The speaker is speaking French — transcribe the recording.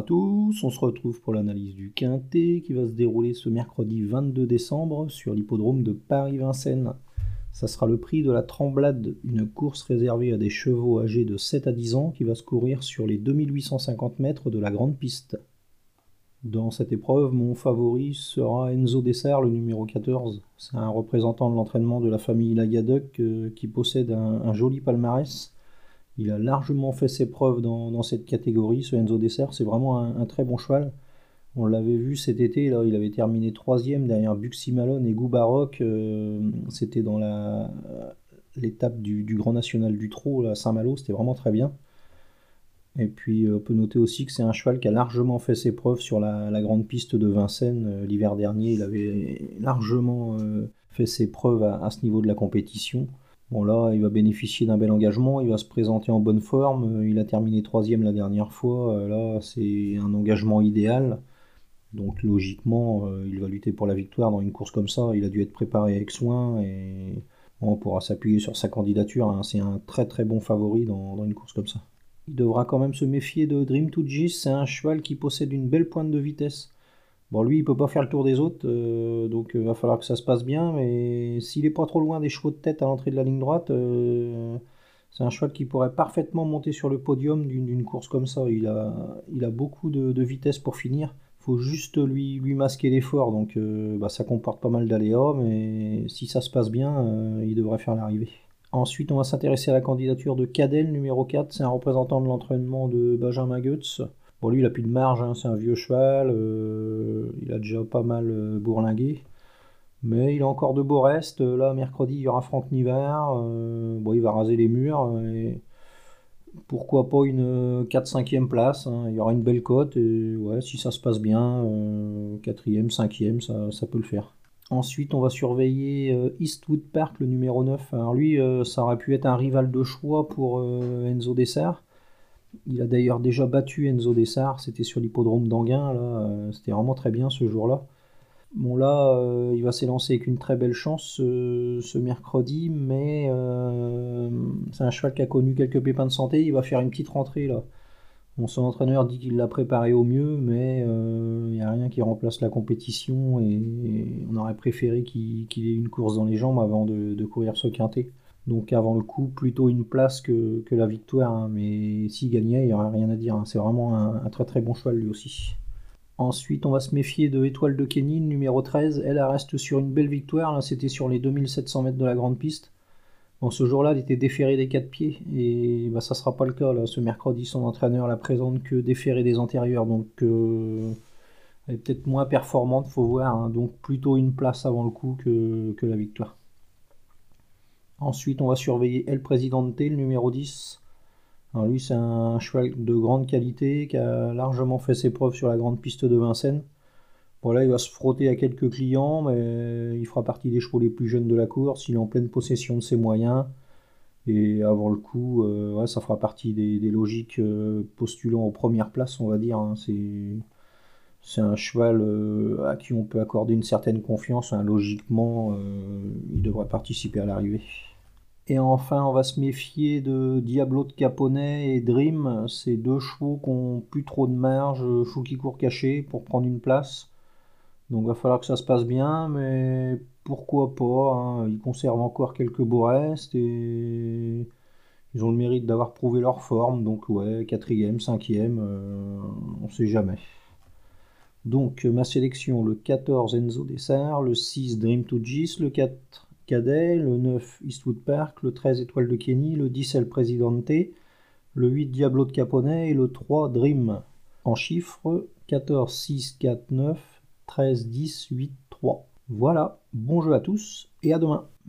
tous, on se retrouve pour l'analyse du Quintet qui va se dérouler ce mercredi 22 décembre sur l'hippodrome de Paris-Vincennes. Ça sera le prix de la Tremblade, une course réservée à des chevaux âgés de 7 à 10 ans qui va se courir sur les 2850 mètres de la grande piste. Dans cette épreuve, mon favori sera Enzo Dessert, le numéro 14. C'est un représentant de l'entraînement de la famille Lagadec qui possède un joli palmarès. Il a largement fait ses preuves dans cette catégorie, ce Enzo Dessert, c'est vraiment un très bon cheval. On l'avait vu cet été, là, il avait terminé 3e derrière Buxy Malone et Goût Baroque. C'était dans l'étape du Grand National du Trot à Saint-Malo, c'était vraiment très bien. Et puis on peut noter aussi que c'est un cheval qui a largement fait ses preuves sur la grande piste de Vincennes. L'hiver dernier, il avait largement fait ses preuves à ce niveau de la compétition. Bon là, il va bénéficier d'un bel engagement, il va se présenter en bonne forme, il a terminé 3e la dernière fois, là c'est un engagement idéal, donc logiquement il va lutter pour la victoire dans une course comme ça, il a dû être préparé avec soin et on pourra s'appuyer sur sa candidature, hein. C'est un très très bon favori dans une course comme ça. Il devra quand même se méfier de Dream to Gis, c'est un cheval qui possède une belle pointe de vitesse. Bon, lui, il peut pas faire le tour des autres, donc va falloir que ça se passe bien, mais s'il est pas trop loin des chevaux de tête à l'entrée de la ligne droite, c'est un cheval qui pourrait parfaitement monter sur le podium d'une course comme ça. Il a beaucoup de vitesse pour finir. Faut juste lui masquer l'effort, donc ça comporte pas mal d'aléas, mais si ça se passe bien, il devrait faire l'arrivée. Ensuite, on va s'intéresser à la candidature de Cadel, numéro 4. C'est un représentant de l'entraînement de Benjamin Goetz. Bon, lui, il a plus de marge, hein, c'est un vieux cheval, il a déjà pas mal bourlingué. Mais il a encore de beaux restes. Là, mercredi, il y aura Franck Nivard. Bon, il va raser les murs. Et pourquoi pas une 4-5e place, hein. Il y aura une belle cote. Et ouais, si ça se passe bien, 4e, 5e, ça peut le faire. Ensuite, on va surveiller Eastwood Park, le numéro 9. Alors lui, ça aurait pu être un rival de choix pour Enzo Dessert. Il a d'ailleurs déjà battu Enzo Dessart, c'était sur l'hippodrome d'Anguin, là, c'était vraiment très bien ce jour-là. Bon là, il va s'élancer avec une très belle chance ce mercredi, mais c'est un cheval qui a connu quelques pépins de santé, il va faire une petite rentrée là. Bon, son entraîneur dit qu'il l'a préparé au mieux, mais il n'y a rien qui remplace la compétition et on aurait préféré qu'il ait une course dans les jambes avant de courir ce quintet. Donc avant le coup, plutôt une place que la victoire, hein. Mais s'il gagnait, il n'y aurait rien à dire, hein. C'est vraiment un très très bon cheval lui aussi. Ensuite, on va se méfier de Étoile de Kenny, numéro 13. Elle reste sur une belle victoire, là c'était sur les 2700 mètres de la grande piste. Bon, ce jour-là, elle était déférée des 4 pieds, et ça sera pas le cas, là. Ce mercredi, son entraîneur la présente que déférée des antérieurs, donc elle est peut-être moins performante, faut voir, hein. Donc plutôt une place avant le coup que la victoire. Ensuite, on va surveiller El Presidente, le numéro 10. Alors lui, c'est un cheval de grande qualité qui a largement fait ses preuves sur la grande piste de Vincennes. Bon là, il va se frotter à quelques clients, mais il fera partie des chevaux les plus jeunes de la course. Il est en pleine possession de ses moyens. Et avant le coup, ouais, ça fera partie des logiques postulant aux premières places, on va dire, hein. C'est un cheval à qui on peut accorder une certaine confiance, hein. Logiquement, il devrait participer à l'arrivée. Et enfin, on va se méfier de Diablo de Caponnet et Dream. C'est deux chevaux qui n'ont plus trop de marge, chevaux qui courent cachés pour prendre une place. Donc il va falloir que ça se passe bien, mais pourquoi pas, hein. Ils conservent encore quelques beaux restes et ils ont le mérite d'avoir prouvé leur forme. Donc ouais, 4e, 5e, on sait jamais. Donc ma sélection, le 14 Enzo Dessart, le 6 Dream to Gis, le 4 Cadet, le 9 Eastwood Park, le 13 Étoile de Kenny, le 10 El Presidente, le 8 Diablo de Caponnet et le 3 Dream. En chiffres, 14, 6, 4, 9, 13, 10, 8, 3. Voilà, bon jeu à tous et à demain.